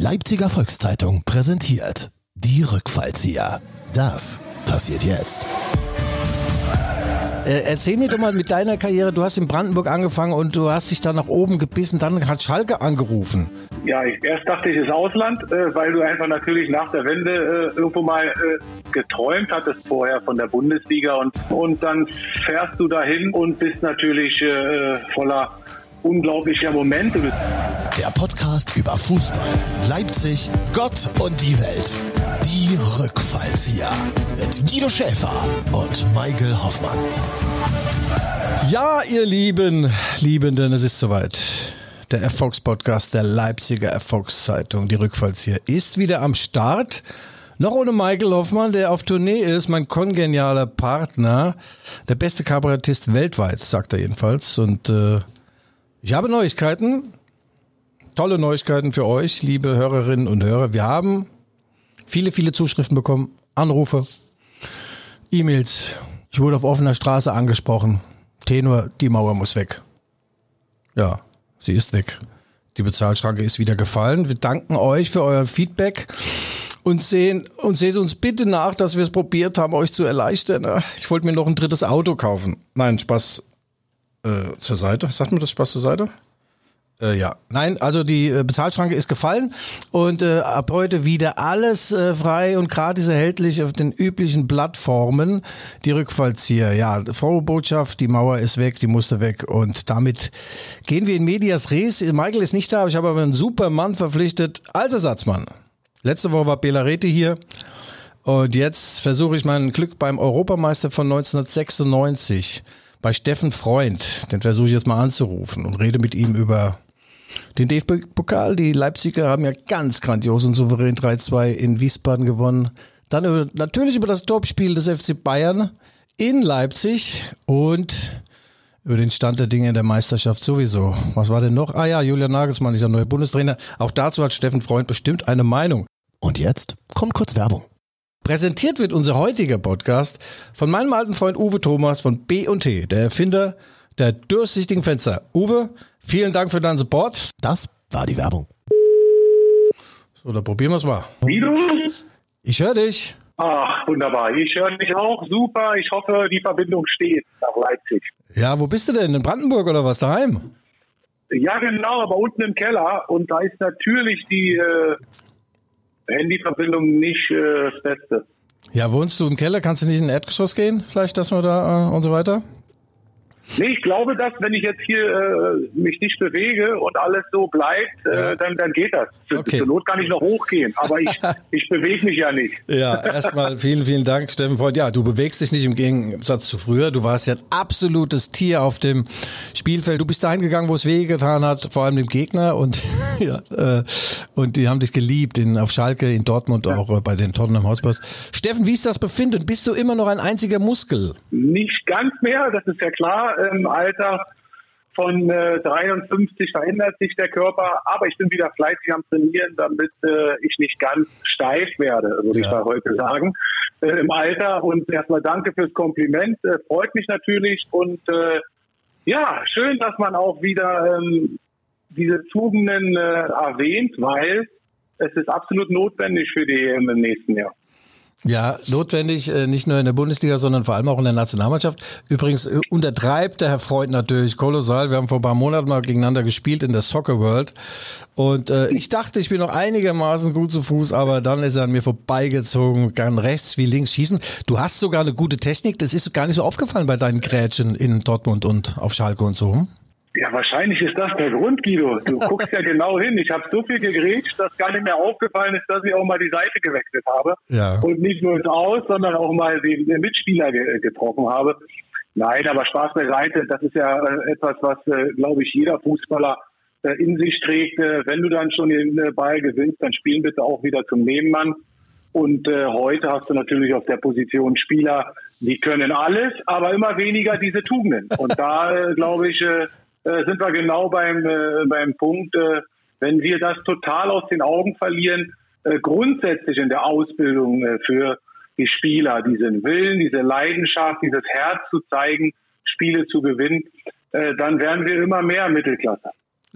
Leipziger Volkszeitung präsentiert die Rückfallzieher. Das passiert jetzt. Erzähl mir doch mal mit deiner Karriere, du hast in Brandenburg angefangen und du hast dich da nach oben gebissen, dann hat Schalke angerufen. Ja, erst dachte ich, es ist Ausland, weil du einfach natürlich nach der Wende irgendwo mal geträumt hattest vorher von der Bundesliga und dann fährst du dahin und bist natürlich voller unglaublicher Momente. Der Podcast über Fußball, Leipzig, Gott und die Welt. Die Rückfallzieher mit Guido Schäfer und Michael Hoffmann. Ja, ihr Liebenden, es ist soweit. Der Erfolgspodcast der Leipziger Erfolgszeitung, die Rückfallzieher, ist wieder am Start. Noch ohne Michael Hoffmann, der auf Tournee ist, mein kongenialer Partner, der beste Kabarettist weltweit, sagt er jedenfalls. Und ich habe Neuigkeiten, tolle Neuigkeiten für euch, liebe Hörerinnen und Hörer. Wir haben viele Zuschriften bekommen, Anrufe, E-Mails. Ich wurde auf offener Straße angesprochen. Tenor, die Mauer muss weg. Ja, sie ist weg. Die Bezahlschranke ist wieder gefallen. Wir danken euch für euer Feedback und seht uns bitte nach, dass wir es probiert haben, euch zu erleichtern. Ich wollte mir noch ein drittes Auto kaufen. Nein, Spaß zur Seite. Sagt man das, Spaß zur Seite? Ja. Nein, also die Bezahlschranke ist gefallen und ab heute wieder alles frei und gratis erhältlich auf den üblichen Plattformen. Die Rückfallzieher, ja, frohe Botschaft, die Mauer ist weg, die musste weg und damit gehen wir in medias res. Michael ist nicht da, aber ich habe aber einen super Mann verpflichtet als Ersatzmann. Letzte Woche war Bela Reti hier und jetzt versuche ich mein Glück beim Europameister von 1996 bei Steffen Freund. Den versuche ich jetzt mal anzurufen und rede mit ihm über den DFB-Pokal. Die Leipziger haben ja ganz grandios und souverän 3-2 in Wiesbaden gewonnen. Dann natürlich über das Topspiel des FC Bayern in Leipzig und über den Stand der Dinge in der Meisterschaft sowieso. Was war denn noch? Ah ja, Julian Nagelsmann ist ja neuer Bundestrainer. Auch dazu hat Steffen Freund bestimmt eine Meinung. Und jetzt kommt kurz Werbung. Präsentiert wird unser heutiger Podcast von meinem alten Freund Uwe Thomas von B&T, der Erfinder der durchsichtigen Fenster. Uwe, vielen Dank für deinen Support. Das war die Werbung. So, dann probieren wir es mal. Guido? Ich höre dich. Ach, wunderbar. Ich höre dich auch. Super. Ich hoffe, die Verbindung steht nach Leipzig. Ja, wo bist du denn? In Brandenburg oder was? Daheim? Ja, genau, aber unten im Keller. Und da ist natürlich die Handyverbindung nicht das Beste. Ja, wohnst du im Keller? Kannst du nicht in ein Erdgeschoss gehen? Vielleicht, dass wir da und so weiter? Nee, ich glaube, dass wenn ich jetzt hier mich nicht bewege und alles so bleibt, dann geht das. Okay. Zur Not kann ich noch hochgehen, aber ich bewege mich ja nicht. Ja, erstmal vielen Dank, Steffen Freund. Ja, du bewegst dich nicht im Gegensatz zu früher. Du warst ja ein absolutes Tier auf dem Spielfeld. Du bist dahin gegangen, wo es wehgetan hat, vor allem dem Gegner und und die haben dich geliebt auf Schalke, in Dortmund, auch bei den Tottenham Hotspurs. Steffen, wie ist das Befinden? Bist du immer noch ein einziger Muskel? Nicht ganz mehr, das ist ja klar. Im Alter von 53 verändert sich der Körper, aber ich bin wieder fleißig am Trainieren, damit ich nicht ganz steif werde, würde ich mal heute sagen, im Alter. Und erstmal danke fürs Kompliment, freut mich natürlich und schön, dass man auch wieder diese Tugenden erwähnt, weil es ist absolut notwendig für die EM im nächsten Jahr. Ja, notwendig, nicht nur in der Bundesliga, sondern vor allem auch in der Nationalmannschaft. Übrigens untertreibt der Herr Freund natürlich kolossal. Wir haben vor ein paar Monaten mal gegeneinander gespielt in der Soccer World. Und ich dachte, ich bin noch einigermaßen gut zu Fuß, aber dann ist er an mir vorbeigezogen, kann rechts wie links schießen. Du hast sogar eine gute Technik. Das ist gar nicht so aufgefallen bei deinen Grätschen in Dortmund und auf Schalke und so. Ja, wahrscheinlich ist das der Grund, Guido. Du guckst ja genau hin. Ich habe so viel gegrätscht, dass gar nicht mehr aufgefallen ist, dass ich auch mal die Seite gewechselt habe. Ja. Und nicht nur ins Aus, sondern auch mal den Mitspieler getroffen habe. Nein, aber Spaß beiseite. Das ist ja etwas, was, glaube ich, jeder Fußballer in sich trägt. Wenn du dann schon den Ball gewinnst, dann spielen bitte auch wieder zum Nebenmann. Und heute hast du natürlich auf der Position Spieler, die können alles, aber immer weniger diese Tugenden. Und da, glaube ich, sind wir genau beim Punkt, wenn wir das total aus den Augen verlieren, grundsätzlich in der Ausbildung für die Spieler, diesen Willen, diese Leidenschaft, dieses Herz zu zeigen, Spiele zu gewinnen, dann werden wir immer mehr Mittelklasse.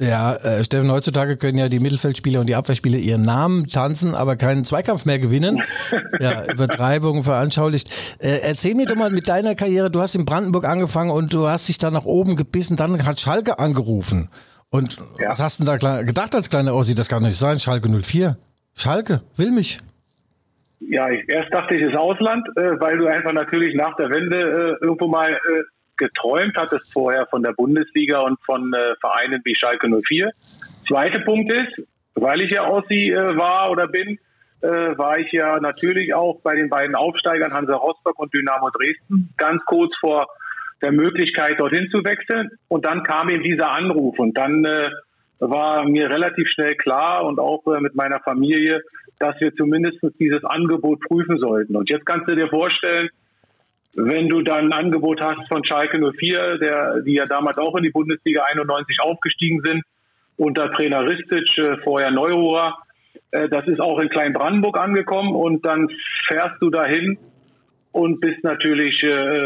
Ja, Steffen, heutzutage können ja die Mittelfeldspieler und die Abwehrspieler ihren Namen tanzen, aber keinen Zweikampf mehr gewinnen. Ja, Übertreibung veranschaulicht. Erzähl mir doch mal mit deiner Karriere, du hast in Brandenburg angefangen und du hast dich da nach oben gebissen, dann hat Schalke angerufen. Und was hast du denn da gedacht als kleiner Ossi? Das kann nicht sein, Schalke 04. Schalke, will mich. Ja, erst dachte ich, es ist Ausland, weil du einfach natürlich nach der Wende irgendwo mal geträumt hattest vorher von der Bundesliga und von Vereinen wie Schalke 04. Zweiter Punkt ist, weil ich ja Ossi war oder bin, war ich ja natürlich auch bei den beiden Aufsteigern Hansa Rostock und Dynamo Dresden ganz kurz vor der Möglichkeit, dorthin zu wechseln. Und dann kam eben dieser Anruf und dann war mir relativ schnell klar und auch mit meiner Familie, dass wir zumindest dieses Angebot prüfen sollten. Und jetzt kannst du dir vorstellen, wenn du dann ein Angebot hast von Schalke 04, die ja damals auch in die Bundesliga 91 aufgestiegen sind, unter Trainer Ristic, vorher Neururer, das ist auch in Kleinbrandenburg angekommen und dann fährst du dahin und bist natürlich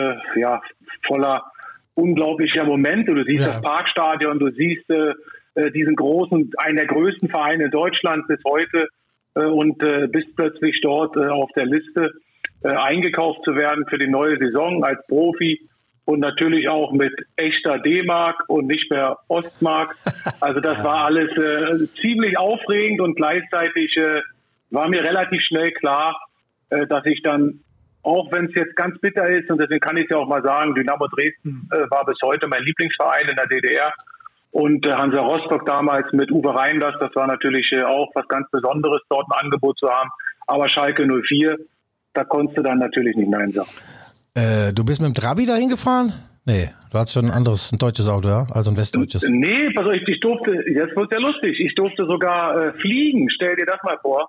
voller unglaublicher Momente. Du siehst das Parkstadion, du siehst diesen großen, einen der größten Vereine in Deutschland bis heute und bist plötzlich dort auf der Liste, eingekauft zu werden für die neue Saison als Profi und natürlich auch mit echter D-Mark und nicht mehr Ostmark. Also das war alles ziemlich aufregend und gleichzeitig war mir relativ schnell klar, dass ich dann, auch wenn es jetzt ganz bitter ist, und deswegen kann ich es ja auch mal sagen, Dynamo Dresden war bis heute mein Lieblingsverein in der DDR und Hansa Rostock damals mit Uwe Reiners, das war natürlich auch was ganz Besonderes, dort ein Angebot zu haben. Aber Schalke 04, da konntest du dann natürlich nicht Nein sagen. Du bist mit dem Trabi dahin gefahren? Nee, du hattest schon ein deutsches Auto, ja? Also ein westdeutsches. Nee, pass auf, ich durfte, jetzt wird ja lustig, ich durfte sogar fliegen, stell dir das mal vor.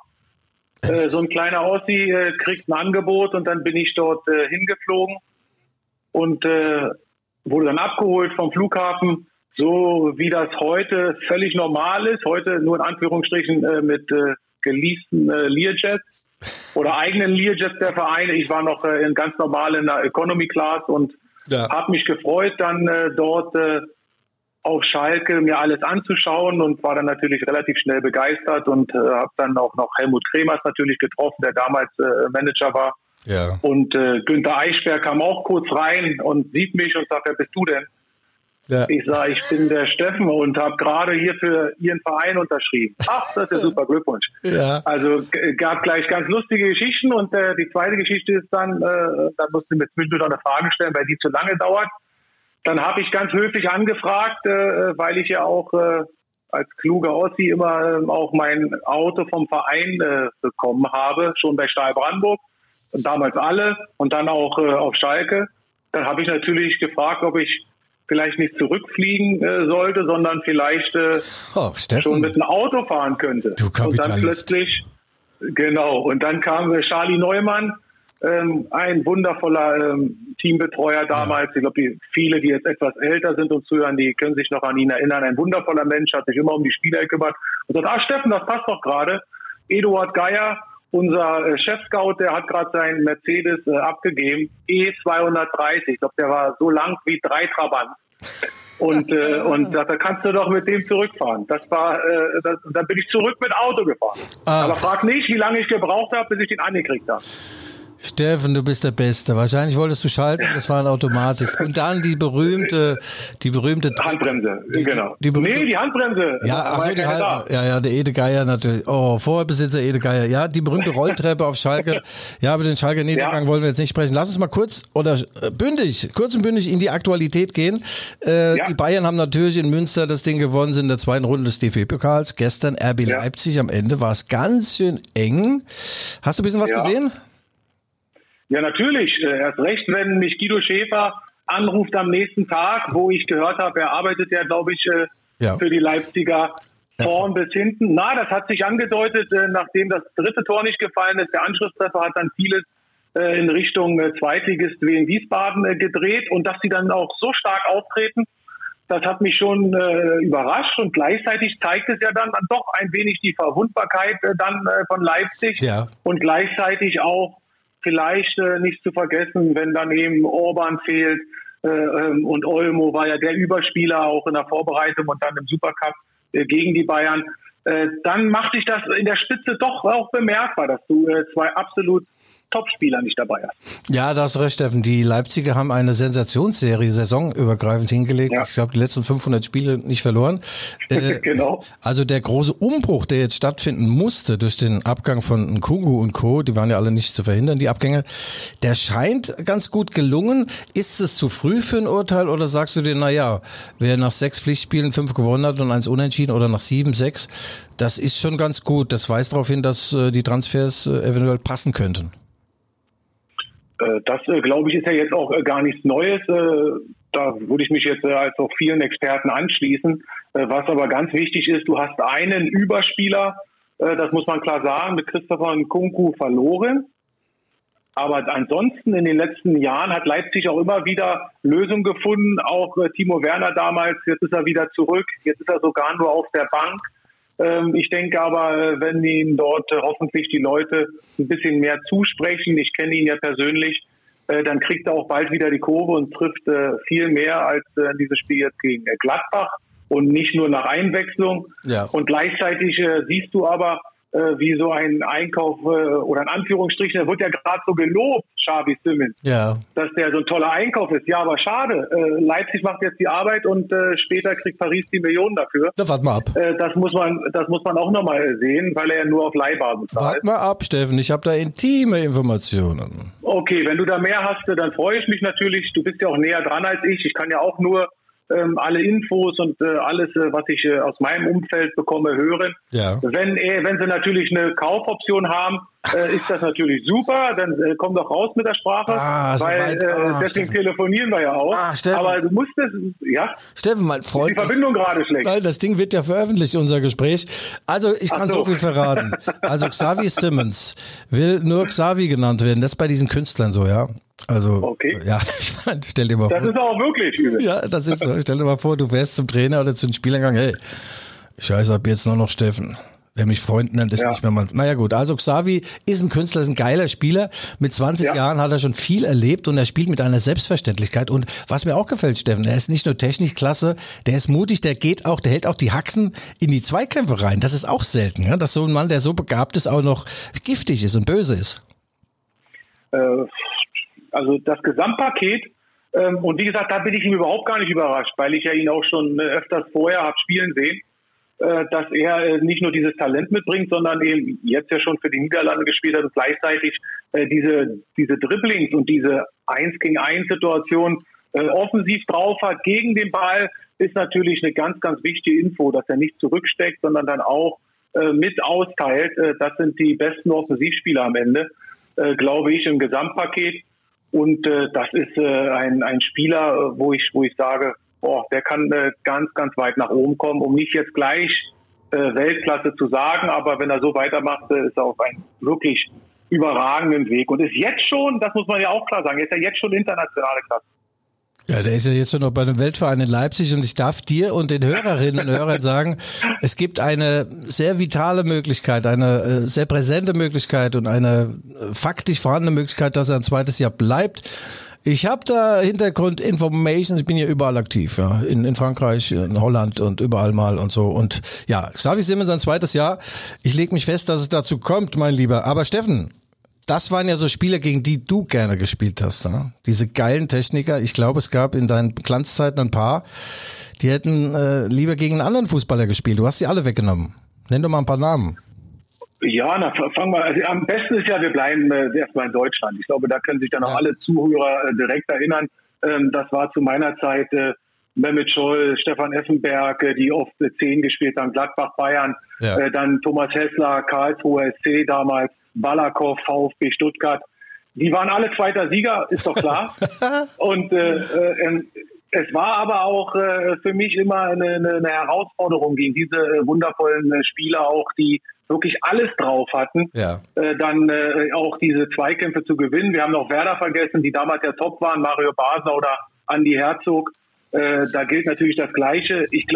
So ein kleiner Ossi kriegt ein Angebot und dann bin ich dort hingeflogen und wurde dann abgeholt vom Flughafen, so wie das heute völlig normal ist, heute nur in Anführungsstrichen mit geleasten Learjets oder eigenen Learjets der Vereine. Ich war noch ganz normal in der Economy Class und habe mich gefreut, dann dort auf Schalke mir alles anzuschauen und war dann natürlich relativ schnell begeistert und habe dann auch noch Helmut Kremers natürlich getroffen, der damals Manager war. Ja. Und Günther Eichberg kam auch kurz rein und sieht mich und sagt, wer bist du denn? Ja. Ich sage, ich bin der Steffen und habe gerade hier für Ihren Verein unterschrieben. Ach, das ist ja super, Glückwunsch. Ja. Also gab gleich ganz lustige Geschichten und die zweite Geschichte ist dann, da musste ich mir zwischendurch noch eine Frage stellen, weil die zu lange dauert. Dann habe ich ganz höflich angefragt, weil ich ja auch als kluger Ossi immer auch mein Auto vom Verein bekommen habe, schon bei Stahl Brandenburg und damals alle und dann auch auf Schalke. Dann habe ich natürlich gefragt, ob ich vielleicht nicht zurückfliegen sollte, sondern vielleicht schon mit einem Auto fahren könnte. Du Kapitalist. Und dann plötzlich, genau, und dann kam Charlie Neumann, ein wundervoller Teambetreuer damals. Ich glaube, viele, die jetzt etwas älter sind und zuhören, die können sich noch an ihn erinnern. Ein wundervoller Mensch, hat sich immer um die Spieler gekümmert und sagt, Steffen, das passt doch gerade. Eduard Geier, unser Chef-Scout, der hat gerade seinen Mercedes abgegeben, E230. Ich glaube, der war so lang wie 3 Trabant. Und da kannst du doch mit dem zurückfahren. Das war, dann bin ich zurück mit Auto gefahren. Aber frag nicht, wie lange ich gebraucht habe, bis ich den angekriegt habe. Steffen, du bist der Beste. Wahrscheinlich wolltest du schalten, das war eine Automatik. Und dann die berühmte Handbremse, genau. Die Handbremse. Ja, der Ede Geier natürlich. Oh, Vorbesitzer Ede Geier. Ja, die berühmte Rolltreppe auf Schalke. Ja, über den Schalker Niedergang wollen wir jetzt nicht sprechen. Lass uns mal kurz und bündig in die Aktualität gehen. Die Bayern haben natürlich in Münster das Ding gewonnen, sind in der zweiten Runde des DFB-Pokals. Gestern RB Leipzig, am Ende war es ganz schön eng. Hast du ein bisschen was gesehen? Ja, natürlich. Erst recht, wenn mich Guido Schäfer anruft am nächsten Tag, wo ich gehört habe, er arbeitet ja, glaube ich, für die Leipziger vorn bis hinten. Das hat sich angedeutet, nachdem das dritte Tor nicht gefallen ist. Der Anschlusstreffer hat dann vieles in Richtung Zweitligist Wien Wiesbaden gedreht und dass sie dann auch so stark auftreten, das hat mich schon überrascht und gleichzeitig zeigt es ja dann doch ein wenig die Verwundbarkeit von Leipzig und gleichzeitig auch vielleicht nicht zu vergessen, wenn dann eben Orban fehlt und Olmo war ja der Überspieler auch in der Vorbereitung und dann im Supercup gegen die Bayern, dann macht sich das in der Spitze doch auch bemerkbar, dass du zwei absolut Topspieler nicht dabei hast. Ja, da hast du recht, Steffen. Die Leipziger haben eine Sensationsserie saisonübergreifend hingelegt. Ja. Ich glaube, die letzten 500 Spiele nicht verloren. Genau. Also der große Umbruch, der jetzt stattfinden musste durch den Abgang von Nkunku und Co., die waren ja alle nicht zu verhindern, die Abgänge, der scheint ganz gut gelungen. Ist es zu früh für ein Urteil oder sagst du dir, naja, wer nach 6 Pflichtspielen 5 gewonnen hat und 1 unentschieden oder nach 7, 6, das ist schon ganz gut. Das weist darauf hin, dass die Transfers eventuell passen könnten. Das, glaube ich, ist ja jetzt auch gar nichts Neues. Da würde ich mich jetzt als auch vielen Experten anschließen. Was aber ganz wichtig ist, du hast einen Überspieler, das muss man klar sagen, mit Christopher Nkunku verloren. Aber ansonsten in den letzten Jahren hat Leipzig auch immer wieder Lösungen gefunden. Auch Timo Werner damals, jetzt ist er wieder zurück. Jetzt ist er sogar nur auf der Bank. Ich denke aber, wenn ihm dort hoffentlich die Leute ein bisschen mehr zusprechen, ich kenne ihn ja persönlich, dann kriegt er auch bald wieder die Kurve und trifft viel mehr als dieses Spiel jetzt gegen Gladbach und nicht nur nach Einwechslung. Ja. Und gleichzeitig siehst du aber, wie so ein Einkauf oder in Anführungsstrichen, der wird ja gerade so gelobt, Xavi Simons, dass der so ein toller Einkauf ist. Ja, aber schade. Leipzig macht jetzt die Arbeit und später kriegt Paris die Millionen dafür. Da warte mal ab. Das muss man auch nochmal sehen, weil er ja nur auf Leihbasis da ist. Warte mal ab, Steffen. Ich habe da intime Informationen. Okay, wenn du da mehr hast, dann freue ich mich natürlich. Du bist ja auch näher dran als ich. Ich kann ja auch nur alle Infos und alles, was ich aus meinem Umfeld bekomme, hören. Ja. Wenn sie natürlich eine Kaufoption haben, ist das natürlich super. Dann komm doch raus mit der Sprache, weil deswegen telefonieren wir ja auch. Aber du musst es, ja? Steffen, mein Freund. Ist die Verbindung gerade schlecht. Nein, das Ding wird ja veröffentlicht, unser Gespräch. Also ich kann so viel verraten. Also Xavi Simons will nur Xavi genannt werden. Das ist bei diesen Künstlern so, ja. Also, okay. Ja, ich meine, stell dir mal vor. Das ist auch wirklich übel. Ja, das ist so. Stell dir mal vor, du wärst zum Trainer oder zu den Spielern gegangen, hey, scheiße, ab jetzt nur noch Steffen. Wer mich Freund nennt, ist nicht mehr mein... Naja gut, also Xavi ist ein Künstler, ist ein geiler Spieler. Mit 20 Jahren hat er schon viel erlebt und er spielt mit einer Selbstverständlichkeit. Und was mir auch gefällt, Steffen, er ist nicht nur technisch klasse, der ist mutig, der hält auch die Haxen in die Zweikämpfe rein. Das ist auch selten, ja? Dass so ein Mann, der so begabt ist, auch noch giftig ist und böse ist. Also das Gesamtpaket, und wie gesagt, da bin ich ihm überhaupt gar nicht überrascht, weil ich ja ihn auch schon öfters vorher habe spielen sehen, dass er nicht nur dieses Talent mitbringt, sondern eben jetzt ja schon für die Niederlande gespielt hat und gleichzeitig diese Dribblings und diese 1-gegen-1-Situation offensiv drauf hat gegen den Ball, ist natürlich eine ganz, ganz wichtige Info, dass er nicht zurücksteckt, sondern dann auch mit austeilt. Das sind die besten Offensivspieler am Ende, glaube ich, im Gesamtpaket. Und das ist ein Spieler, wo ich sage, der kann ganz, ganz weit nach oben kommen, um nicht jetzt gleich Weltklasse zu sagen, aber wenn er so weitermacht, ist er auf einem wirklich überragenden Weg und ist jetzt schon, das muss man ja auch klar sagen, ist er jetzt schon internationale Klasse. Ja, der ist ja jetzt schon noch bei einem Weltverein in Leipzig und ich darf dir und den Hörerinnen und Hörern sagen, es gibt eine sehr vitale Möglichkeit, eine sehr präsente Möglichkeit und eine faktisch vorhandene Möglichkeit, dass er ein zweites Jahr bleibt. Ich habe da Hintergrundinformations, ich bin ja überall aktiv, ja, in Frankreich, in Holland und überall mal und so. Und ja, Xavi Simons ein zweites Jahr. Ich lege mich fest, dass es dazu kommt, mein Lieber. Aber Steffen, das waren ja so Spieler, gegen die du gerne gespielt hast. Ne? Diese geilen Techniker. Ich glaube, es gab in deinen Glanzzeiten ein paar, die hätten lieber gegen einen anderen Fußballer gespielt. Du hast sie alle weggenommen. Nenn doch mal ein paar Namen. Ja, fangen wir. Also am besten ist ja, wir bleiben erstmal in Deutschland. Ich glaube, da können sich dann auch alle Zuhörer direkt erinnern. Das war zu meiner Zeit Mehmet Scholl, Stefan Effenberg, die oft 10 gespielt haben, Gladbach, Bayern, dann Thomas Hessler, Karlsruher SC damals, Balakow, VfB Stuttgart. Die waren alle zweiter Sieger, ist doch klar. Und es war aber auch für mich immer eine Herausforderung gegen diese wundervollen Spieler, auch die wirklich alles drauf hatten, dann auch diese Zweikämpfe zu gewinnen. Wir haben noch Werder vergessen, die damals ja top waren, Mario Basler oder Andi Herzog. Da gilt natürlich das Gleiche. Ich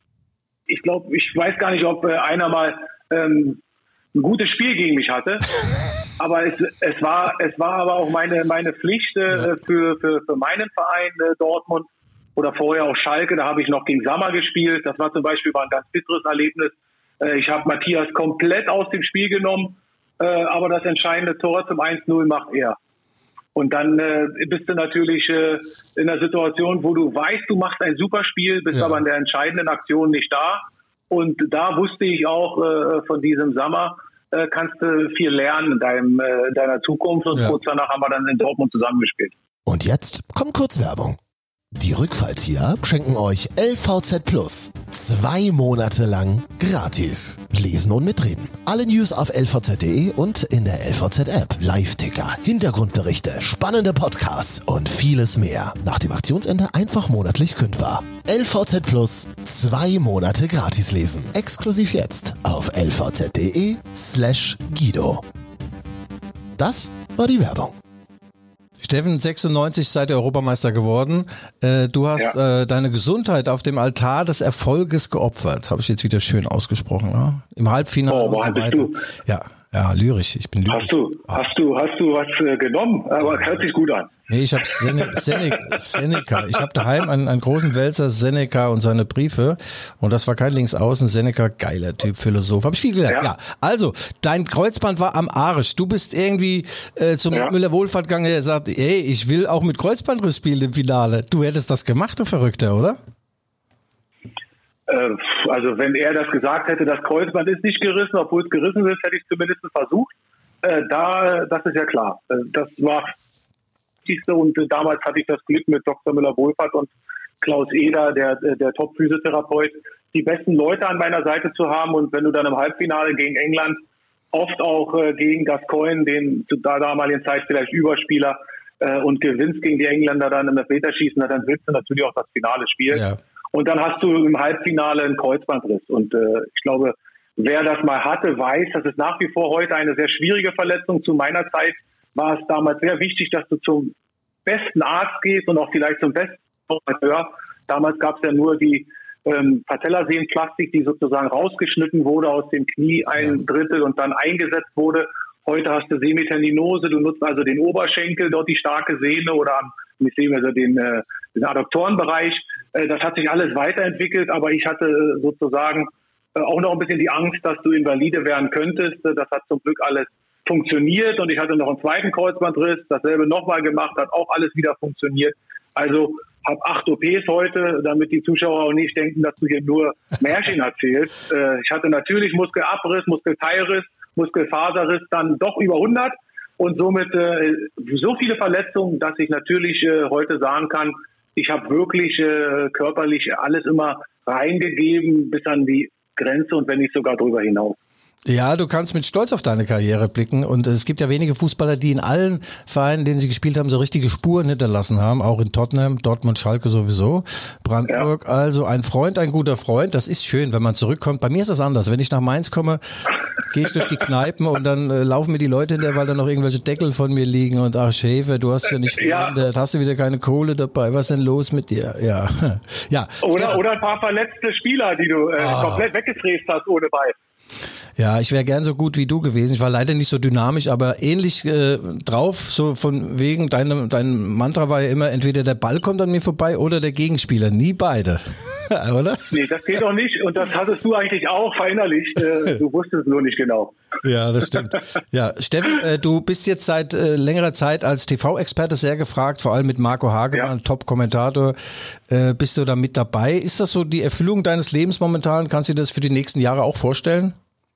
weiß gar nicht, ob einer mal ein gutes Spiel gegen mich hatte. Aber es war aber auch meine Pflicht für meinen Verein Dortmund, oder vorher auch Schalke, da habe ich noch gegen Sammer gespielt. Das war zum Beispiel ein ganz bitteres Erlebnis. Ich habe Matthias komplett aus dem Spiel genommen, aber das entscheidende Tor zum 1-0 macht er. Und dann bist du natürlich in einer Situation, wo du weißt, du machst ein super Spiel, bist aber in der entscheidenden Aktion nicht da. Und da wusste ich auch von diesem Sommer, kannst du viel lernen in deiner Zukunft. Und kurz danach haben wir dann in Dortmund zusammengespielt. Und jetzt kommt kurz Werbung. Die Rückfallzieher schenken euch LVZ Plus 2 Monate lang gratis. Lesen und mitreden. Alle News auf lvz.de und in der LVZ-App. Live-Ticker, Hintergrundberichte, spannende Podcasts und vieles mehr. Nach dem Aktionsende einfach monatlich kündbar. LVZ Plus 2 Monate gratis lesen. Exklusiv jetzt auf lvz.de/Guido. Das war die Werbung. Steffen, 96 seid ihr Europameister geworden. Du hast deine Gesundheit auf dem Altar des Erfolges geopfert. Habe ich jetzt wieder schön ausgesprochen, ne? Im Halbfinale und so weiter. Du? Ja, lyrisch. Ich bin lyrisch. Hast du was genommen? Aber hört sich gut an. Nee, ich habe Seneca. Ich habe daheim einen großen Wälzer, Seneca und seine Briefe. Und das war kein Linksaußen. Seneca, geiler Typ, Philosoph. Habe ich viel gelernt. Ja, also, dein Kreuzband war am Arsch. Du bist irgendwie zum Müller-Wohlfahrt gegangen, der sagt, ey, ich will auch mit Kreuzbandriss spielen im Finale. Du hättest das gemacht, du Verrückter, oder? Also wenn er das gesagt hätte, das Kreuzband ist nicht gerissen, obwohl es gerissen ist, hätte ich zumindest versucht. Das ist ja klar. Das war das Wichtigste und damals hatte ich das Glück mit Dr. Müller-Wohlfahrt und Klaus Eder, der Top-Physiotherapeut, die besten Leute an meiner Seite zu haben. Und wenn du dann im Halbfinale gegen England, oft auch gegen Gascoigne, den zu der damaligen Zeit vielleicht Überspieler, und gewinnst gegen die Engländer dann im Elfmeterschießen, dann willst du natürlich auch das Finale spielen. Ja. Und dann hast du im Halbfinale einen Kreuzbandriss. Und ich glaube, wer das mal hatte, weiß, das ist nach wie vor heute eine sehr schwierige Verletzung. Zu meiner Zeit war es damals sehr wichtig, dass du zum besten Arzt gehst und auch vielleicht zum besten Operateur. Damals gab es ja nur die Patellasehnenplastik, die sozusagen rausgeschnitten wurde aus dem Knie, ein Drittel und dann eingesetzt wurde. Heute hast du Semitendinose, du nutzt also den Oberschenkel, dort die starke Sehne oder den Adduktorenbereich. Das hat sich alles weiterentwickelt, aber ich hatte sozusagen auch noch ein bisschen die Angst, dass du Invalide werden könntest. Das hat zum Glück alles funktioniert und ich hatte noch einen zweiten Kreuzbandriss, dasselbe nochmal gemacht, hat auch alles wieder funktioniert. Also habe 8 OPs heute, damit die Zuschauer auch nicht denken, dass du hier nur Märchen erzählst. Ich hatte natürlich Muskelabriss, Muskelteilriss, Muskelfaserriss, dann doch über 100 und somit so viele Verletzungen, dass ich natürlich heute sagen kann, ich habe wirklich körperlich alles immer reingegeben bis an die Grenze und wenn nicht sogar drüber hinaus. Ja, du kannst mit Stolz auf deine Karriere blicken und es gibt ja wenige Fußballer, die in allen Vereinen, in denen sie gespielt haben, so richtige Spuren hinterlassen haben, auch in Tottenham, Dortmund, Schalke sowieso, Brandenburg, also ein Freund, ein guter Freund, das ist schön, wenn man zurückkommt. Bei mir ist das anders, wenn ich nach Mainz komme, gehe ich durch die Kneipen und dann laufen mir die Leute hinterher, weil da noch irgendwelche Deckel von mir liegen und ach Schäfer, du hast ja nicht verändert, hast du wieder keine Kohle dabei, was ist denn los mit dir? Ja. Oder ein paar verletzte Spieler, die du komplett weggefräst hast ohne Ball. Ja, ich wäre gern so gut wie du gewesen. Ich war leider nicht so dynamisch, aber ähnlich drauf, so von wegen, dein Mantra war ja immer, entweder der Ball kommt an mir vorbei oder der Gegenspieler, nie beide, oder? Nee, das geht doch nicht und das hattest du eigentlich auch verinnerlicht, du wusstest nur nicht genau. Ja, das stimmt. Ja, Steffen, du bist jetzt seit längerer Zeit als TV-Experte sehr gefragt, vor allem mit Marco Hagemann, Top-Kommentator, bist du da mit dabei? Ist das so die Erfüllung deines Lebens momentan? Kannst du dir das für die nächsten Jahre auch vorstellen?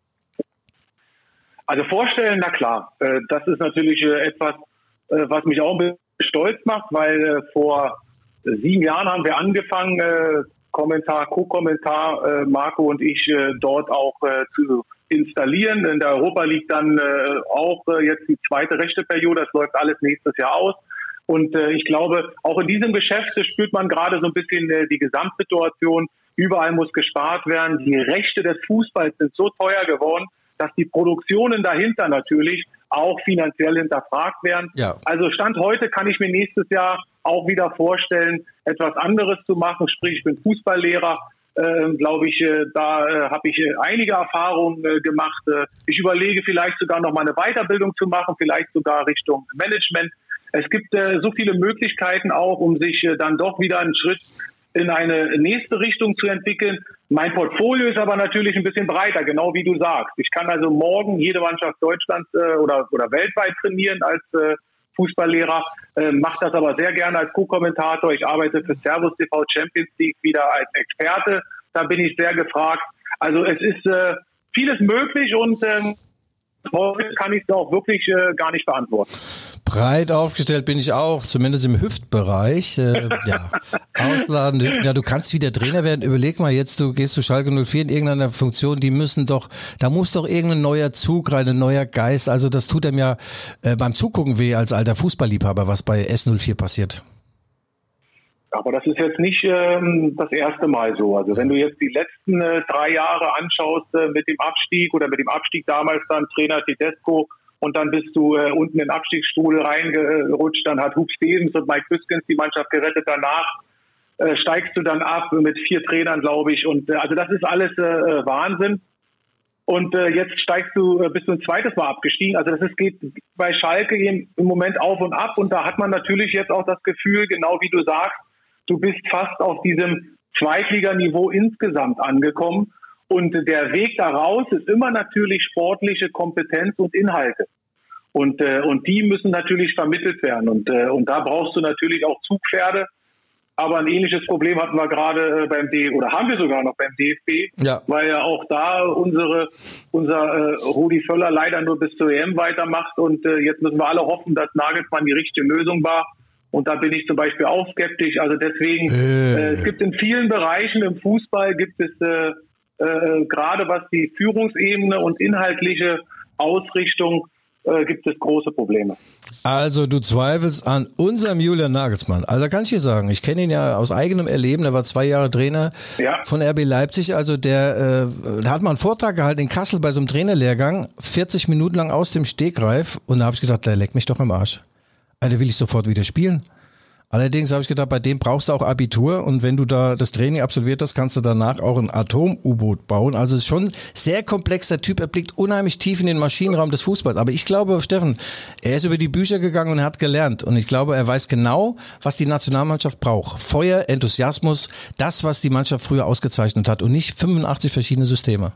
Also vorstellen, na klar. Das ist natürlich etwas, was mich auch ein bisschen stolz macht, weil vor 7 Jahren haben wir angefangen, Co-Kommentar, Marco und ich dort auch zu installieren. In der Europa League dann auch jetzt die zweite rechte Periode. Das läuft alles nächstes Jahr aus. Und ich glaube, auch in diesem Geschäft spürt man gerade so ein bisschen die Gesamtsituation. Überall muss gespart werden. Die Rechte des Fußballs sind so teuer geworden, dass die Produktionen dahinter natürlich auch finanziell hinterfragt werden. Ja. Also Stand heute kann ich mir nächstes Jahr auch wieder vorstellen, etwas anderes zu machen. Sprich, ich bin Fußballlehrer, glaube ich, da habe ich einige Erfahrungen gemacht. Ich überlege vielleicht sogar noch mal eine Weiterbildung zu machen, vielleicht sogar Richtung Management. Es gibt so viele Möglichkeiten auch, um sich dann doch wieder einen Schritt in eine nächste Richtung zu entwickeln. Mein Portfolio ist aber natürlich ein bisschen breiter, genau wie du sagst. Ich kann also morgen jede Mannschaft Deutschlands oder weltweit trainieren als Fußballlehrer, mache das aber sehr gerne als Co-Kommentator. Ich arbeite für Servus TV Champions League wieder als Experte. Da bin ich sehr gefragt. Also es ist vieles möglich und heute kann ich es auch wirklich gar nicht beantworten. Breit aufgestellt bin ich auch, zumindest im Hüftbereich. Ja, ausladende Hüften. Ja, du kannst wieder Trainer werden. Überleg mal jetzt, du gehst zu Schalke 04 in irgendeiner Funktion, da muss doch irgendein neuer Zug rein, ein neuer Geist. Also das tut einem ja beim Zugucken weh als alter Fußballliebhaber, was bei S04 passiert. Aber das ist jetzt nicht das erste Mal so. Also wenn du jetzt die letzten 3 Jahre anschaust mit dem Abstieg oder mit dem Abstieg damals dann Trainer Tedesco, und dann bist du unten in den Abstiegsstuhl reingerutscht, dann hat Hub Stevens und Mike Büskens die Mannschaft gerettet. Danach steigst du dann ab mit 4 Trainern, glaube ich. Und also das ist alles Wahnsinn. Und jetzt bist du ein zweites Mal abgestiegen. Also geht bei Schalke im Moment auf und ab. Und da hat man natürlich jetzt auch das Gefühl, genau wie du sagst, du bist fast auf diesem Zweitliganiveau insgesamt angekommen. Und der Weg daraus ist immer natürlich sportliche Kompetenz und Inhalte. Und die müssen natürlich vermittelt werden. Und da brauchst du natürlich auch Zugpferde. Aber ein ähnliches Problem hatten wir gerade haben wir sogar noch beim DFB, ja. Weil ja auch da unser Rudi Völler leider nur bis zur EM weitermacht. Und jetzt müssen wir alle hoffen, dass Nagelsmann die richtige Lösung war. Und da bin ich zum Beispiel auch skeptisch. Also deswegen, es gibt in vielen Bereichen im Fußball gerade was die Führungsebene und inhaltliche Ausrichtung gibt es große Probleme. Also du zweifelst an unserem Julian Nagelsmann. Also kann ich dir sagen, ich kenne ihn ja aus eigenem Erleben. Er war 2 Jahre Trainer von RB Leipzig. Also der hat mal einen Vortrag gehalten in Kassel bei so einem Trainerlehrgang, 40 Minuten lang aus dem Stegreif. Und da habe ich gedacht, der leckt mich doch im Arsch. Also will ich sofort wieder spielen. Allerdings habe ich gedacht, bei dem brauchst du auch Abitur und wenn du da das Training absolviert hast, kannst du danach auch ein Atom-U-Boot bauen. Also es ist schon sehr komplex. Der Typ, er blickt unheimlich tief in den Maschinenraum des Fußballs. Aber ich glaube, Steffen, er ist über die Bücher gegangen und er hat gelernt. Und ich glaube, er weiß genau, was die Nationalmannschaft braucht. Feuer, Enthusiasmus, das, was die Mannschaft früher ausgezeichnet hat und nicht 85 verschiedene Systeme.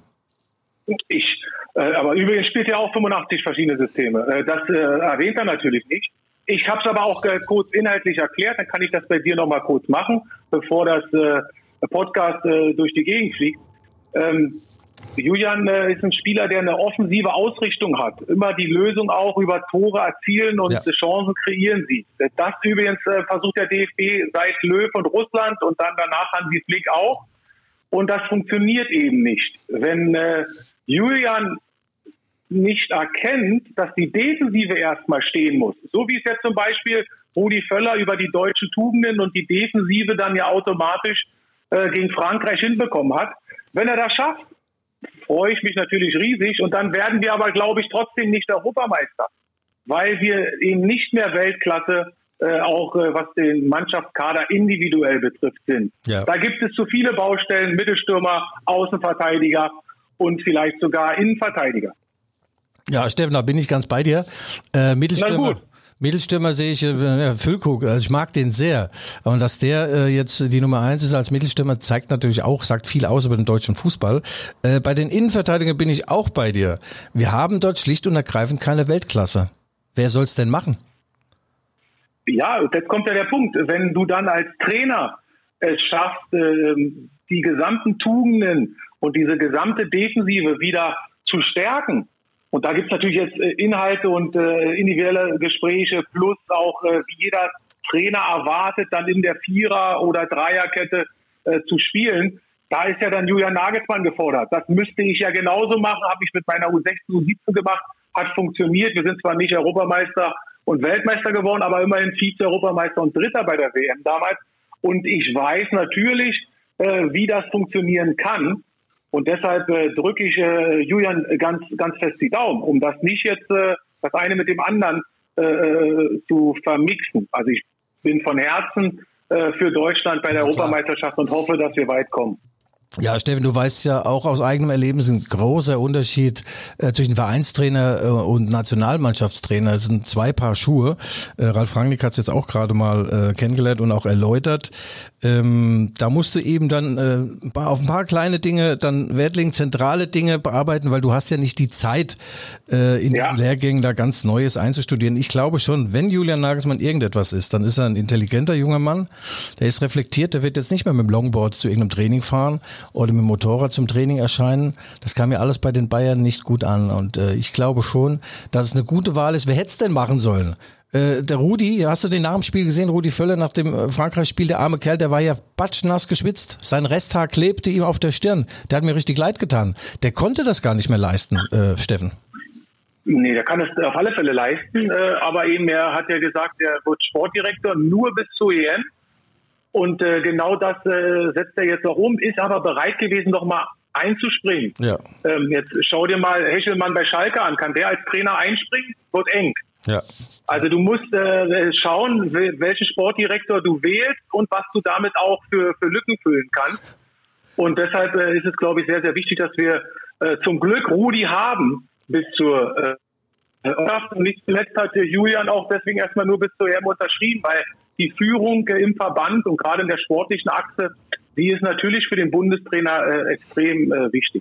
Aber übrigens spielt er auch 85 verschiedene Systeme. Das erwähnt er natürlich nicht. Ich habe es aber auch kurz inhaltlich erklärt, dann kann ich das bei dir nochmal kurz machen, bevor das Podcast durch die Gegend fliegt. Julian ist ein Spieler, der eine offensive Ausrichtung hat, immer die Lösung auch über Tore erzielen und Chancen kreieren sieht. Das übrigens versucht der DFB seit Löw und Russland und dann danach Hansi Flick auch. Und das funktioniert eben nicht. Wenn Julian nicht erkennt, dass die Defensive erstmal stehen muss. So wie es jetzt zum Beispiel Rudi Völler über die deutschen Tugenden und die Defensive dann ja automatisch gegen Frankreich hinbekommen hat. Wenn er das schafft, freue ich mich natürlich riesig und dann werden wir aber, glaube ich, trotzdem nicht Europameister, weil wir eben nicht mehr Weltklasse auch was den Mannschaftskader individuell betrifft sind. Ja. Da gibt es zu viele Baustellen, Mittelstürmer, Außenverteidiger und vielleicht sogar Innenverteidiger. Ja, Steffen, da bin ich ganz bei dir. Mittelstürmer sehe ich, Füllkrug, also ich mag den sehr. Und dass der jetzt die Nummer 1 ist als Mittelstürmer, zeigt natürlich auch, sagt viel aus über den deutschen Fußball. Bei den Innenverteidigern bin ich auch bei dir. Wir haben dort schlicht und ergreifend keine Weltklasse. Wer soll's denn machen? Ja, jetzt kommt ja der Punkt. Wenn du dann als Trainer es schaffst, die gesamten Tugenden und diese gesamte Defensive wieder zu stärken, und da gibt es natürlich jetzt Inhalte und individuelle Gespräche plus auch, wie jeder Trainer erwartet, dann in der Vierer- oder Dreierkette zu spielen. Da ist ja dann Julian Nagelsmann gefordert. Das müsste ich ja genauso machen, habe ich mit meiner U16, U17 gemacht, hat funktioniert. Wir sind zwar nicht Europameister und Weltmeister geworden, aber immerhin Vize-Europameister und Dritter bei der WM damals. Und ich weiß natürlich, wie das funktionieren kann. Und deshalb drücke ich Julian ganz, ganz fest die Daumen, um das nicht jetzt das eine mit dem anderen zu vermixen. Also ich bin von Herzen für Deutschland bei der Europameisterschaft und hoffe, dass wir weit kommen. Ja, Steffen, du weißt ja auch aus eigenem Erleben, es ist ein großer Unterschied zwischen Vereinstrainer und Nationalmannschaftstrainer. Es sind 2 Paar Schuhe. Ralf Rangnick hat es jetzt auch gerade mal kennengelernt und auch erläutert. Da musst du eben dann auf ein paar kleine Dinge dann Wert legen, zentrale Dinge bearbeiten, weil du hast ja nicht die Zeit, in diesen Lehrgängen da ganz Neues einzustudieren. Ich glaube schon, wenn Julian Nagelsmann irgendetwas ist, dann ist er ein intelligenter junger Mann. Der ist reflektiert, der wird jetzt nicht mehr mit dem Longboard zu irgendeinem Training fahren oder mit dem Motorrad zum Training erscheinen. Das kam mir alles bei den Bayern nicht gut an. Und ich glaube schon, dass es eine gute Wahl ist. Wer hätte es denn machen sollen? Der Rudi, hast du den nach dem Spiel gesehen? Rudi Völler nach dem Frankreich-Spiel, der arme Kerl, der war ja patschnass geschwitzt. Sein Resthaar klebte ihm auf der Stirn. Der hat mir richtig leid getan. Der konnte das gar nicht mehr leisten, Steffen. Nee, der kann es auf alle Fälle leisten. Aber eben, er hat ja gesagt, er wird Sportdirektor nur bis zur EM. Und genau das setzt er jetzt auch um, ist aber bereit gewesen, noch mal einzuspringen. Ja. Jetzt schau dir mal Hechelmann bei Schalke an. Kann der als Trainer einspringen? Wird eng. Ja. Also du musst schauen, welchen Sportdirektor du wählst und was du damit auch für Lücken füllen kannst. Und deshalb ist es, glaube ich, sehr, sehr wichtig, dass wir zum Glück Rudi haben bis zur und nicht zuletzt hat Julian auch deswegen erstmal nur bis zur EM unterschrieben, weil die Führung im Verband und gerade in der sportlichen Achse, die ist natürlich für den Bundestrainer extrem wichtig.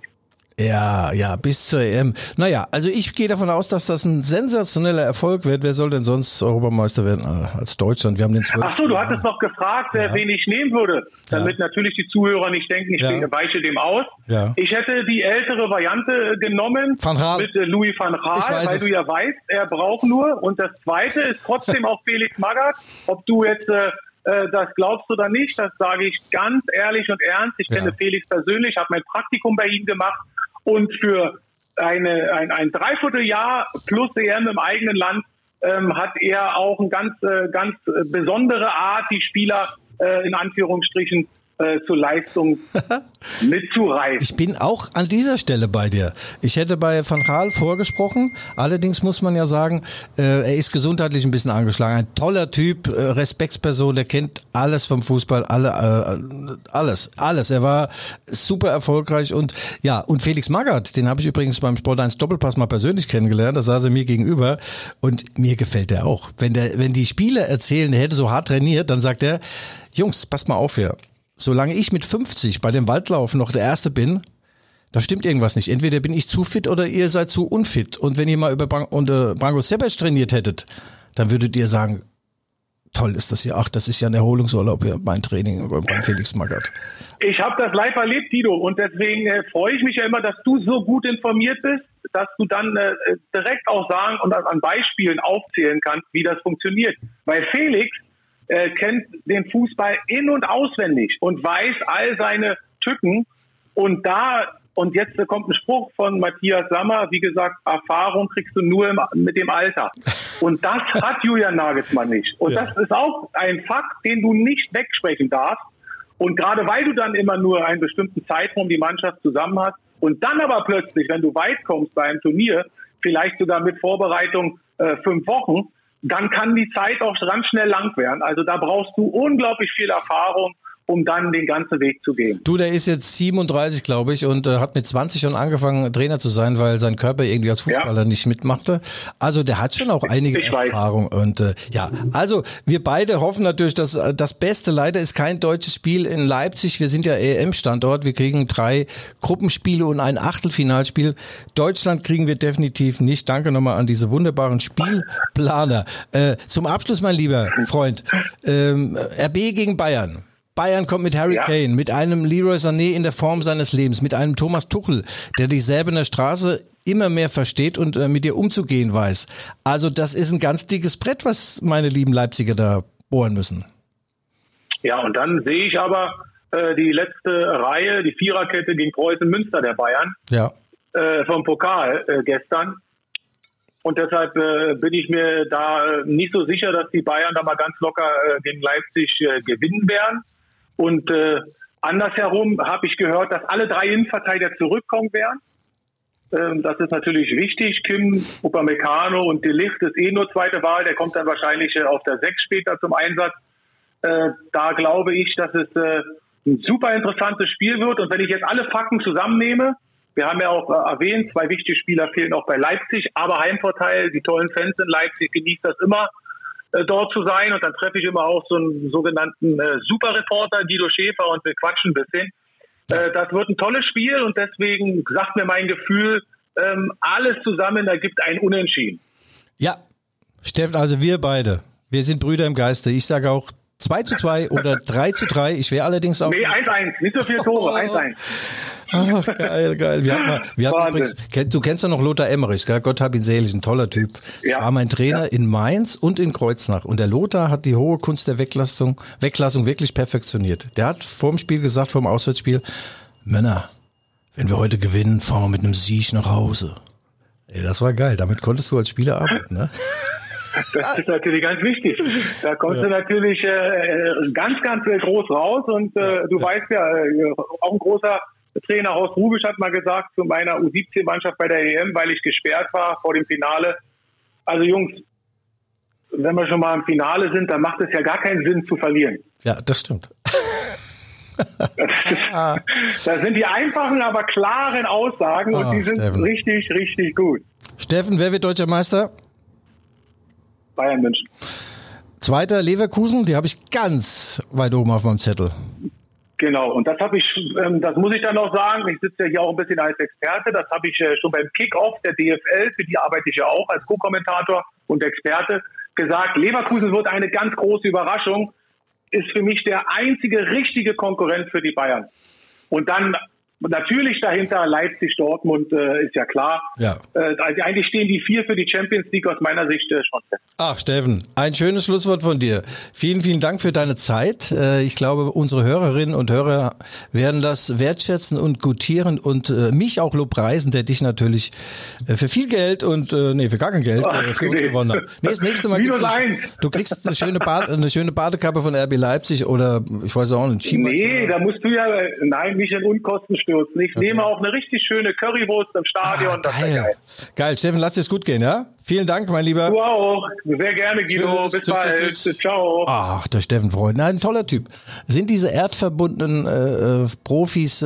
Ja, bis zur EM. Naja, also ich gehe davon aus, dass das ein sensationeller Erfolg wird. Wer soll denn sonst Europameister werden als Deutschland? Wir haben den 12. Ach so, du hattest noch gefragt, wen ich nehmen würde, damit natürlich die Zuhörer nicht denken, ich weiche dem aus. Ja. Ich hätte die ältere Variante genommen mit Louis van Gaal, weil du ja weißt, er braucht nur. Und das Zweite ist trotzdem auch Felix Magath. Ob du jetzt das glaubst oder nicht, das sage ich ganz ehrlich und ernst. Ich kenne Felix persönlich, habe mein Praktikum bei ihm gemacht. Und für ein Dreivierteljahr plus EM im eigenen Land hat er auch eine ganz besondere Art, die Spieler in Anführungsstrichen zur Leistung mitzureißen. Ich bin auch an dieser Stelle bei dir. Ich hätte bei Van Gaal vorgesprochen. Allerdings muss man ja sagen, er ist gesundheitlich ein bisschen angeschlagen. Ein toller Typ, Respektsperson, der kennt alles vom Fußball, alles. Er war super erfolgreich und Felix Magath, den habe ich übrigens beim Sport 1 Doppelpass mal persönlich kennengelernt. Da saß er mir gegenüber und mir gefällt er auch. Wenn die Spieler erzählen, er hätte so hart trainiert, dann sagt er, Jungs, passt mal auf hier. Solange ich mit 50 bei dem Waldlauf noch der Erste bin, da stimmt irgendwas nicht. Entweder bin ich zu fit oder ihr seid zu unfit. Und wenn ihr mal über Branko Sebec trainiert hättet, dann würdet ihr sagen, toll ist das hier. Ach, das ist ja ein Erholungsurlaub hier, mein Training beim Felix Magath. Ich habe das live erlebt, Guido. Und deswegen freue ich mich ja immer, dass du so gut informiert bist, dass du dann direkt auch sagen und an Beispielen aufzählen kannst, wie das funktioniert. Weil Felix kennt den Fußball in- und auswendig und weiß all seine Tücken. Und jetzt kommt ein Spruch von Matthias Sammer, wie gesagt, Erfahrung kriegst du nur mit dem Alter. Und das hat Julian Nagelsmann nicht. Und das ist auch ein Fakt, den du nicht wegsprechen darfst. Und gerade weil du dann immer nur einen bestimmten Zeitraum die Mannschaft zusammen hast und dann aber plötzlich, wenn du weit kommst bei einem Turnier, vielleicht sogar mit Vorbereitung 5 Wochen, dann kann die Zeit auch ganz schnell lang werden. Also da brauchst du unglaublich viel Erfahrung, um dann den ganzen Weg zu gehen. Du, der ist jetzt 37, glaube ich, und hat mit 20 schon angefangen, Trainer zu sein, weil sein Körper irgendwie als Fußballer nicht mitmachte. Also der hat schon auch einige Erfahrung. Und also wir beide hoffen natürlich, dass das Beste, leider ist kein deutsches Spiel in Leipzig. Wir sind ja EM-Standort. Wir kriegen 3 Gruppenspiele und ein Achtelfinalspiel. Deutschland kriegen wir definitiv nicht. Danke nochmal an diese wunderbaren Spielplaner. Zum Abschluss, mein lieber Freund, RB gegen Bayern. Bayern kommt mit Harry Kane, mit einem Leroy Sané in der Form seines Lebens, mit einem Thomas Tuchel, der die Säbener Straße immer mehr versteht und mit ihr umzugehen weiß. Also das ist ein ganz dickes Brett, was meine lieben Leipziger da bohren müssen. Ja, und dann sehe ich aber die letzte Reihe, die Viererkette gegen Preußen Münster der Bayern vom Pokal gestern. Und deshalb bin ich mir da nicht so sicher, dass die Bayern da mal ganz locker gegen Leipzig gewinnen werden. Und andersherum habe ich gehört, dass alle 3 Innenverteidiger zurückkommen werden. Das ist natürlich wichtig. Kim, Upamecano und De Ligt ist nur zweite Wahl. Der kommt dann wahrscheinlich auf der 6 später zum Einsatz. Da glaube ich, dass es ein super interessantes Spiel wird. Und wenn ich jetzt alle Fakten zusammennehme, wir haben ja auch erwähnt, 2 wichtige Spieler fehlen auch bei Leipzig, aber Heimvorteil, die tollen Fans in Leipzig genießt das immer, dort zu sein. Und dann treffe ich immer auch so einen sogenannten Superreporter, Guido Schäfer, und wir quatschen ein bisschen. Das wird ein tolles Spiel und deswegen sagt mir mein Gefühl, alles zusammen ergibt ein Unentschieden. Ja, Steffen, also wir beide, wir sind Brüder im Geiste. Ich sage auch 2:2 oder 3:3. Ich wäre allerdings auch... Nee, 1:1, nicht so viele Tore, 1:1. Ach, geil. Wir hatten übrigens, du kennst ja noch Lothar Emmerich, gell? Gott hab ihn selig, ein toller Typ. Das war mein Trainer in Mainz und in Kreuznach. Und der Lothar hat die hohe Kunst der Weglassung wirklich perfektioniert. Der hat vorm Spiel gesagt, vorm Auswärtsspiel, Männer, wenn wir heute gewinnen, fahren wir mit einem Sieg nach Hause. Ey, das war geil. Damit konntest du als Spieler arbeiten, ne? Das ist natürlich ganz wichtig. Da kommst du natürlich ganz groß raus. Und du weißt ja, auch ein großer Trainer Horst Rubisch hat mal gesagt zu meiner U17-Mannschaft bei der EM, weil ich gesperrt war vor dem Finale. Also Jungs, wenn wir schon mal im Finale sind, dann macht es ja gar keinen Sinn zu verlieren. Ja, das stimmt. Das sind die einfachen, aber klaren Aussagen und die sind Steffen. Richtig, richtig gut. Steffen, wer wird deutscher Meister? Bayern München. Zweiter Leverkusen, die habe ich ganz weit oben auf meinem Zettel. Genau, und das muss ich dann noch sagen, ich sitze ja hier auch ein bisschen als Experte, das habe ich schon beim Kick-Off der DFL, für die arbeite ich ja auch als Co-Kommentator und Experte, gesagt, Leverkusen wird eine ganz große Überraschung, ist für mich der einzige richtige Konkurrent für die Bayern. Und dann natürlich dahinter Leipzig, Dortmund, ist ja klar. Ja. Eigentlich stehen die 4 für die Champions League aus meiner Sicht schon fest. Ach, Steffen, ein schönes Schlusswort von dir. Vielen, vielen Dank für deine Zeit. Ich glaube, unsere Hörerinnen und Hörer werden das wertschätzen und gutieren und mich auch lobpreisen, der dich natürlich für viel Geld und für gar kein Geld für uns gewonnen hat. Das nächste Mal du kriegst eine schöne Badekappe von RB Leipzig oder ich weiß auch nicht. Nee, da musst du nicht in Unkosten stürzen. Ich nehme auch eine richtig schöne Currywurst im Stadion. Geil, Steffen, lass dir es gut gehen, ja? Vielen Dank, mein Lieber. Du auch. Sehr gerne, Guido. Bis bald. Tschüss. Ciao. Ach, der Steffen Freund. Ein toller Typ. Sind diese erdverbundenen Profis,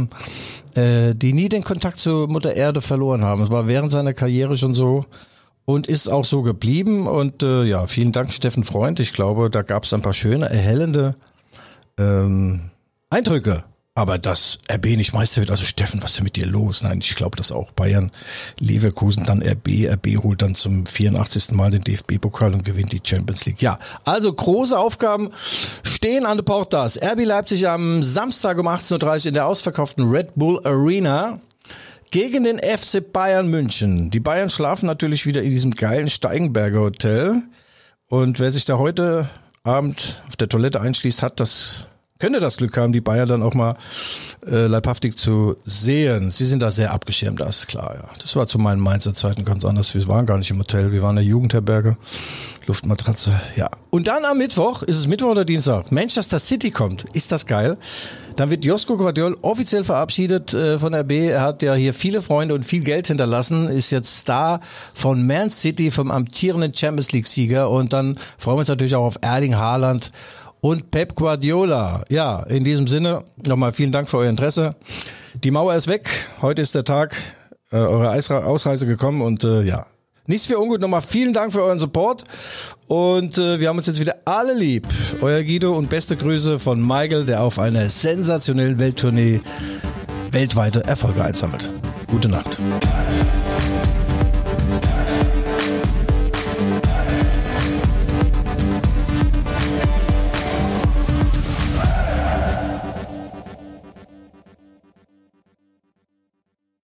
die nie den Kontakt zur Mutter Erde verloren haben. Es war während seiner Karriere schon so und ist auch so geblieben. Und vielen Dank, Steffen Freund. Ich glaube, da gab es ein paar schöne, erhellende Eindrücke. Aber dass RB nicht Meister wird, also Steffen, was ist denn mit dir los? Nein, ich glaube, dass auch Bayern, Leverkusen, dann RB holt dann zum 84. Mal den DFB-Pokal und gewinnt die Champions League. Ja, also große Aufgaben stehen an der Portas. RB Leipzig am Samstag um 18:30 Uhr in der ausverkauften Red Bull Arena gegen den FC Bayern München. Die Bayern schlafen natürlich wieder in diesem geilen Steigenberger Hotel. Und wer sich da heute Abend auf der Toilette einschließt, könnte das Glück haben, die Bayern dann auch mal leibhaftig zu sehen. Sie sind da sehr abgeschirmt, das ist klar. Ja. Das war zu meinen Mainzer Zeiten ganz anders. Wir waren gar nicht im Hotel, wir waren in der Jugendherberge, Luftmatratze, ja. Und dann am Mittwoch, ist es Mittwoch oder Dienstag, Manchester City kommt. Ist das geil? Dann wird Josko Gvardiol offiziell verabschiedet von RB. Er hat ja hier viele Freunde und viel Geld hinterlassen, ist jetzt Star von Man City, vom amtierenden Champions League Sieger. Und dann freuen wir uns natürlich auch auf Erling Haaland und Pep Guardiola. Ja, in diesem Sinne nochmal vielen Dank für euer Interesse. Die Mauer ist weg. Heute ist der Tag eurer Ausreise gekommen und nichts für ungut. Nochmal vielen Dank für euren Support und wir haben uns jetzt wieder alle lieb. Euer Guido und beste Grüße von Michael, der auf einer sensationellen Welttournee weltweite Erfolge einsammelt. Gute Nacht.